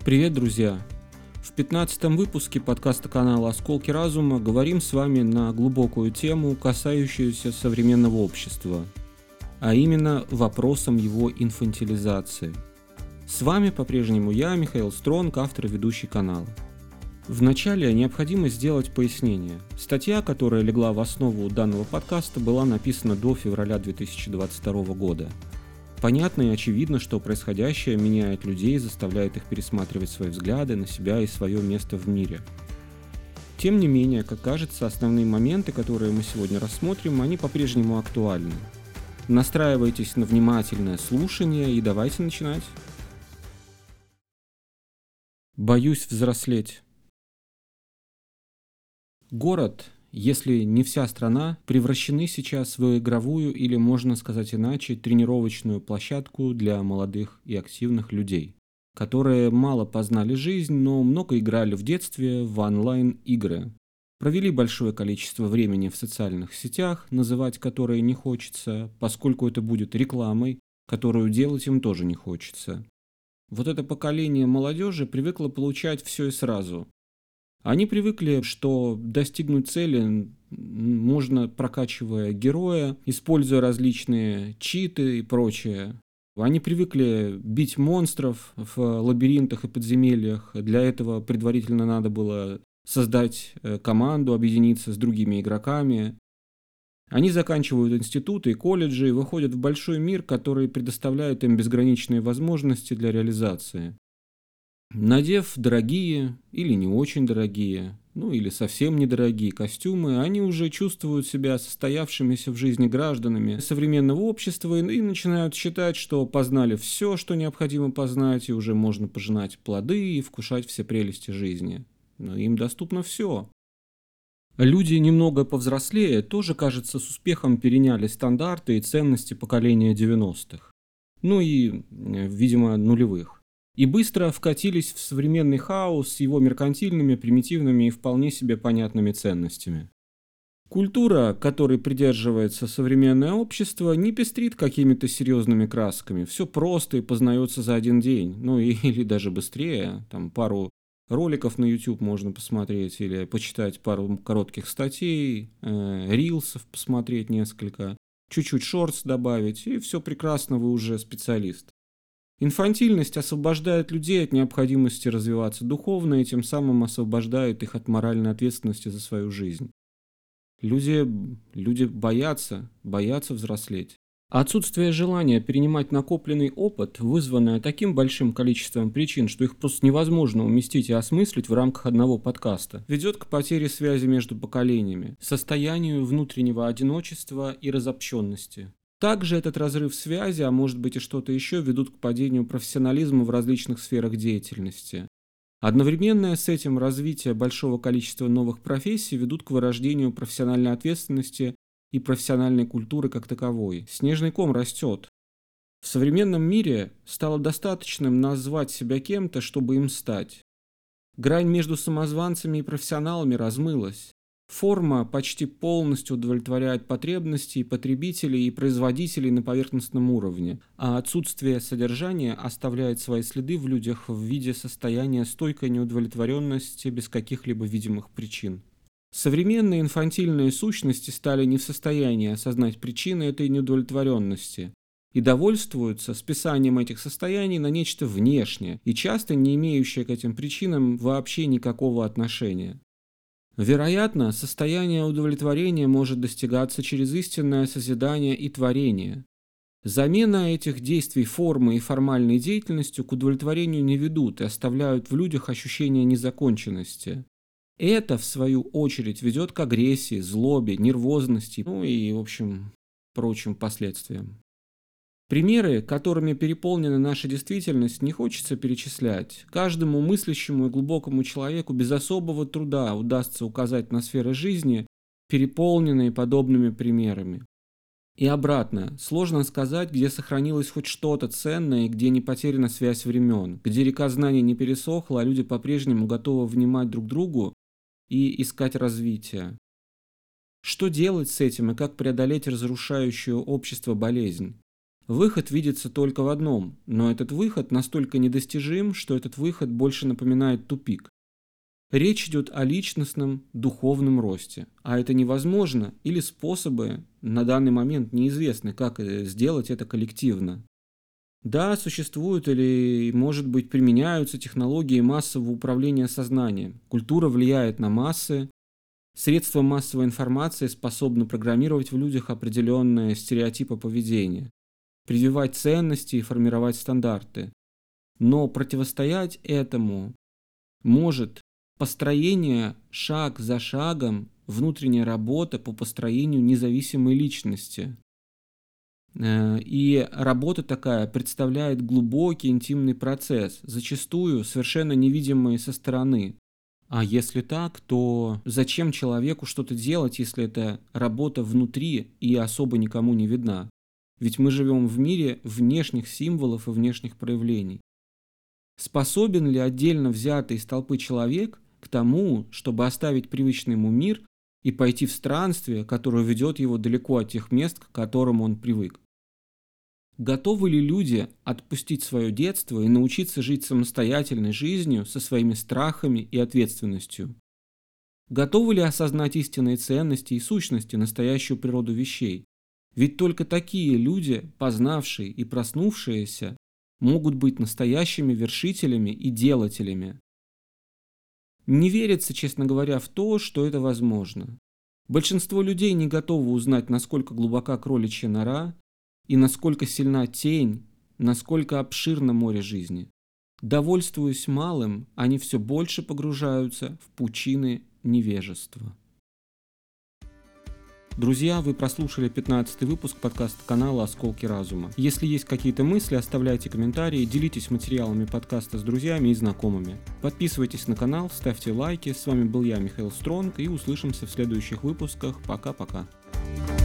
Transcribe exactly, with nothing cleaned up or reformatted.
Привет, друзья! В пятнадцатом выпуске подкаста канала «Осколки разума» говорим с вами на глубокую тему, касающуюся современного общества, а именно вопросом его инфантилизации. С вами по-прежнему я, Михаил Стронг, автор и ведущий канала. Вначале необходимо сделать пояснение. Статья, которая легла в основу данного подкаста, была написана до февраля две тысячи двадцать второго года. Понятно и очевидно, что происходящее меняет людей, заставляет их пересматривать свои взгляды на себя и свое место в мире. Тем не менее, как кажется, основные моменты, которые мы сегодня рассмотрим, они по-прежнему актуальны. Настраивайтесь на внимательное слушание и давайте начинать. Боюсь взрослеть. Город, если не вся страна, превращены сейчас в игровую или, можно сказать иначе, тренировочную площадку для молодых и активных людей, которые мало познали жизнь, но много играли в детстве в онлайн-игры. Провели большое количество времени в социальных сетях, называть которые не хочется, поскольку это будет рекламой, которую делать им тоже не хочется. Вот это поколение молодежи привыкло получать все и сразу. Они привыкли, что достигнуть цели можно, прокачивая героя, используя различные читы и прочее. Они привыкли бить монстров в лабиринтах и подземельях. Для этого предварительно надо было создать команду, объединиться с другими игроками. Они заканчивают институты и колледжи и выходят в большой мир, который предоставляет им безграничные возможности для реализации. Надев дорогие или не очень дорогие, ну или совсем недорогие костюмы, они уже чувствуют себя состоявшимися в жизни гражданами современного общества и начинают считать, что познали все, что необходимо познать, и уже можно пожинать плоды и вкушать все прелести жизни. Но им доступно все. Люди, немного повзрослее, тоже, кажется, с успехом переняли стандарты и ценности поколения девяностых. Ну и, видимо, нулевых. И быстро вкатились в современный хаос с его меркантильными, примитивными и вполне себе понятными ценностями. Культура, которой придерживается современное общество, не пестрит какими-то серьезными красками. Все просто и познается за один день, ну или даже быстрее. Там пару роликов на YouTube можно посмотреть или почитать пару коротких статей, э, рилсов посмотреть несколько, чуть-чуть шортс добавить, и все прекрасно, вы уже специалист. Инфантильность освобождает людей от необходимости развиваться духовно и тем самым освобождает их от моральной ответственности за свою жизнь. Люди, люди боятся, боятся взрослеть. Отсутствие желания перенимать накопленный опыт, вызванное таким большим количеством причин, что их просто невозможно уместить и осмыслить в рамках одного подкаста, ведет к потере связи между поколениями, состоянию внутреннего одиночества и разобщенности. Также этот разрыв связи, а может быть и что-то еще, ведут к падению профессионализма в различных сферах деятельности. Одновременное с этим развитие большого количества новых профессий ведут к вырождению профессиональной ответственности и профессиональной культуры как таковой. Снежный ком растет. В современном мире стало достаточным назвать себя кем-то, чтобы им стать. Грань между самозванцами и профессионалами размылась. Форма почти полностью удовлетворяет потребности потребителей и производителей на поверхностном уровне, а отсутствие содержания оставляет свои следы в людях в виде состояния стойкой неудовлетворенности без каких-либо видимых причин. Современные инфантильные сущности стали не в состоянии осознать причины этой неудовлетворенности и довольствуются списанием этих состояний на нечто внешнее и часто не имеющее к этим причинам вообще никакого отношения. Вероятно, состояние удовлетворения может достигаться через истинное созидание и творение. Замена этих действий формой и формальной деятельностью к удовлетворению не ведут и оставляют в людях ощущение незаконченности. Это, в свою очередь, ведет к агрессии, злобе, нервозности, ну и, в общем, прочим последствиям. Примеры, которыми переполнена наша действительность, не хочется перечислять. Каждому мыслящему и глубокому человеку без особого труда удастся указать на сферы жизни, переполненные подобными примерами. И обратно, сложно сказать, где сохранилось хоть что-то ценное и где не потеряна связь времен, где река знаний не пересохла, а люди по-прежнему готовы внимать друг другу и искать развития. Что делать с этим и как преодолеть разрушающую общество болезнь? Выход видится только в одном, но этот выход настолько недостижим, что этот выход больше напоминает тупик. Речь идет о личностном, духовном росте, а это невозможно или способы на данный момент неизвестны, как сделать это коллективно. Да, существуют или, может быть, применяются технологии массового управления сознанием. Культура влияет на массы. Средства массовой информации способны программировать в людях определенные стереотипы поведения, прививать ценности и формировать стандарты. Но противостоять этому может построение шаг за шагом, внутренняя работа по построению независимой личности. И работа такая представляет глубокий интимный процесс, зачастую совершенно невидимый со стороны. А если так, то зачем человеку что-то делать, если эта работа внутри и особо никому не видна? Ведь мы живем в мире внешних символов и внешних проявлений. Способен ли отдельно взятый из толпы человек к тому, чтобы оставить привычный ему мир и пойти в странствие, которое ведет его далеко от тех мест, к которым он привык? Готовы ли люди отпустить свое детство и научиться жить самостоятельной жизнью со своими страхами и ответственностью? Готовы ли осознать истинные ценности и сущности, настоящую природу вещей? Ведь только такие люди, познавшие и проснувшиеся, могут быть настоящими вершителями и делателями. Не верится, честно говоря, в то, что это возможно. Большинство людей не готовы узнать, насколько глубока кроличья нора и насколько сильна тень, насколько обширно море жизни. Довольствуясь малым, они все больше погружаются в пучины невежества. Друзья, вы прослушали пятнадцатый выпуск подкаста канала «Осколки разума». Если есть какие-то мысли, оставляйте комментарии, делитесь материалами подкаста с друзьями и знакомыми. Подписывайтесь на канал, ставьте лайки. С вами был я, Михаил Стронг, и услышимся в следующих выпусках. Пока-пока.